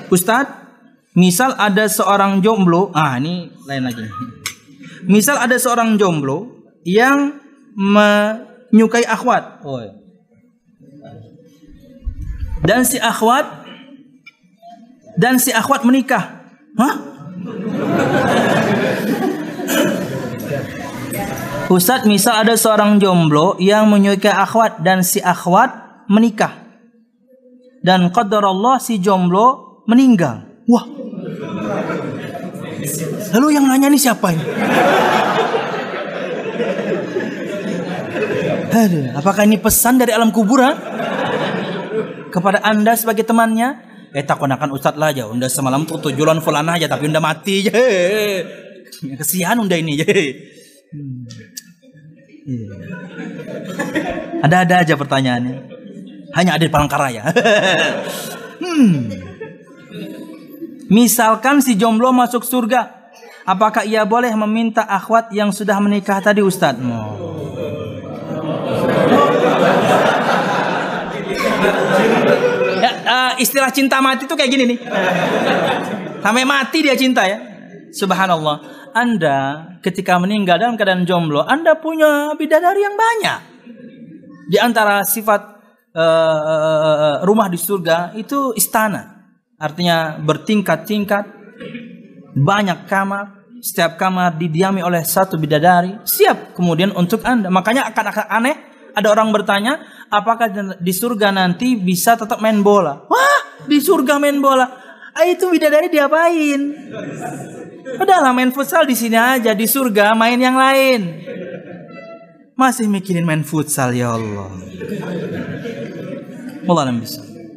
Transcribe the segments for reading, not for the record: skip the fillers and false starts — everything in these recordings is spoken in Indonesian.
Ustadz, misal ada seorang jomblo, ini lain lagi. Misal ada seorang jomblo yang menyukai akhwat. Dan si akhwat menikah. Ustadz, misal ada seorang jomblo yang menyukai akhwat dan si akhwat menikah. Dan qadarullah si jomblo meninggal. Wah. Lalu yang nanya ini siapa ini? Aduh, apakah ini pesan dari alam kubur kepada Anda sebagai temannya? Takonakan Ustadz lah aja. Unda semalam tuh tujuan fulan aja tapi unda mati. Kesian unda ini. Ada-ada aja pertanyaannya. Hanya ada di Palangkaraya. Misalkan si jomblo masuk surga, apakah ia boleh meminta akhwat yang sudah menikah tadi, Ustadz? Istilah cinta mati tuh kayak gini nih. Sampai mati dia cinta ya. Subhanallah. Anda ketika meninggal dalam keadaan jomblo, Anda punya bidadari yang banyak. Di antara sifat rumah di surga itu istana, artinya bertingkat-tingkat, banyak kamar, setiap kamar didiami oleh satu bidadari, siap kemudian untuk Anda. Makanya akan aneh, ada orang bertanya, apakah di surga nanti bisa tetap main bola? Wah, di surga main bola, itu bidadari diapain? Udahlah main futsal di sini aja, di surga main yang lain. Masih mikirin main futsal, ya Allah. Allah bisa.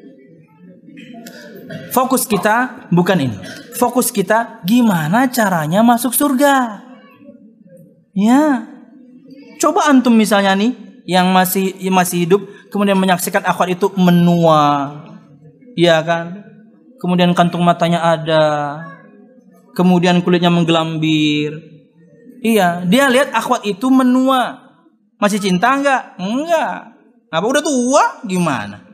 Fokus kita bukan ini. Fokus kita gimana caranya masuk surga. Ya. Coba antum misalnya nih yang masih hidup kemudian menyaksikan akhwat itu menua. Iya kan? Kemudian kantung matanya ada. Kemudian kulitnya menggelambir. Iya, dia lihat akhwat itu menua. Masih cinta enggak? Enggak. Apa udah tua? Gimana?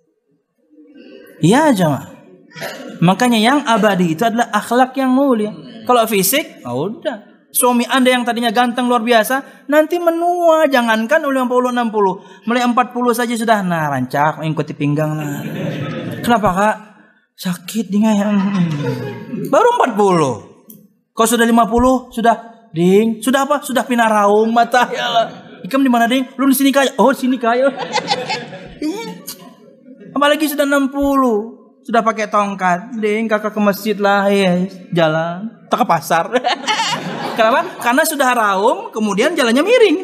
Iya jemaah. Makanya yang abadi itu adalah akhlak yang mulia. Kalau fisik, udah. Suami Anda yang tadinya ganteng luar biasa, nanti menua. Jangankan udah 50-60. Mulai 40 saja sudah rancak, mengikuti pinggang lah. Kenapa kak? Sakit dengan baru 40. Kalau sudah 50, sudah ding. Sudah apa? Sudah pindah raung mata ya Allah. Ikam di mana ding? Lu di sini kaya. Oh, di sini kaya. Apalagi sudah 60, sudah pakai tongkat, ding kakak ke masjid lah, jalan, tak ke pasar. Kenapa? Karena sudah raum, kemudian jalannya miring.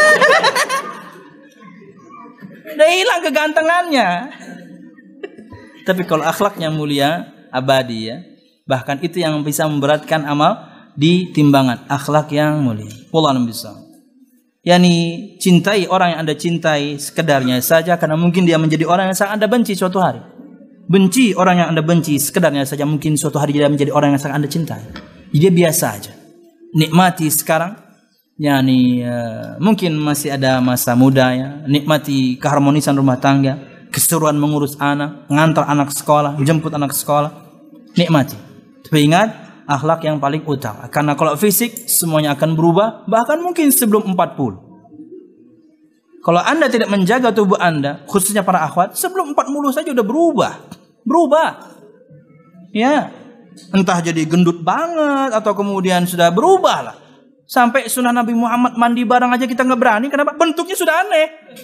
Udah hilang kegantengannya. Tapi kalau akhlaknya mulia, abadi ya, bahkan itu yang bisa memberatkan amal di timbangan akhlak yang mulia. Wallahu a'lam. Yani cintai orang yang Anda cintai sekedarnya saja karena mungkin dia menjadi orang yang sangat Anda benci suatu hari. Benci orang yang Anda benci sekedarnya saja mungkin suatu hari dia menjadi orang yang sangat Anda cintai. Dia biasa aja. Nikmati sekarang. Yani mungkin masih ada masa muda ya. Nikmati keharmonisan rumah tangga, keseruan mengurus anak, mengantar anak sekolah, menjemput anak sekolah. Nikmati. Tapi ingat, akhlak yang paling utama. Karena kalau fisik semuanya akan berubah, bahkan mungkin sebelum 40. Kalau Anda tidak menjaga tubuh Anda, khususnya para akhwat, sebelum 40 saja udah berubah. Ya, entah jadi gendut banget atau kemudian sudah berubah lah. Sampai sunnah Nabi Muhammad mandi bareng aja kita nggak berani. Kenapa? Bentuknya sudah aneh.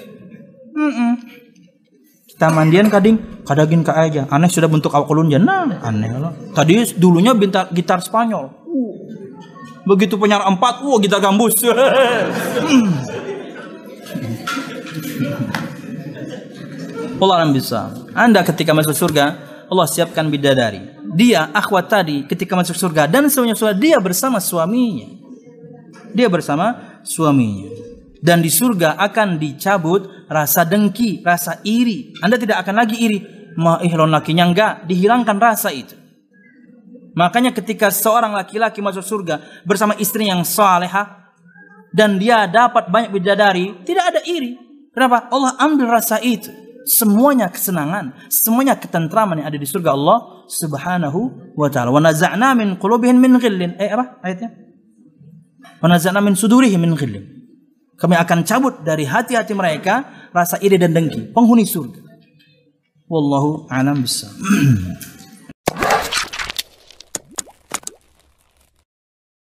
Kita mandian kadagin ka aja. Aneh sudah bentuk awak ulun jenang. Aneh loh. Tadi dulunya gitar Spanyol. Begitu penyiar 4, gitar gambus. Allah alam bisa. Anda ketika masuk surga, Allah siapkan bidadari. Dia akhwat tadi ketika masuk surga dan semuanya surga dia bersama suaminya. Dan di surga akan dicabut rasa dengki, rasa iri. Anda tidak akan lagi iri. Ihlon lakinya enggak, dihilangkan rasa itu. Makanya ketika seorang laki-laki masuk surga bersama istri yang salehah dan dia dapat banyak bidadari, tidak ada iri. Kenapa? Allah ambil rasa itu. semuanya kesenangan, semuanya ketentraman yang ada di surga Allah Subhanahu wa taala. Wa naza'na min qulubihim min ghillin. Apa ayatnya? Wa naza'na min sudurihim min ghillin. Kami akan cabut dari hati-hati mereka rasa iri dan dengki, penghuni surga. Wallahu a'lam bissawab.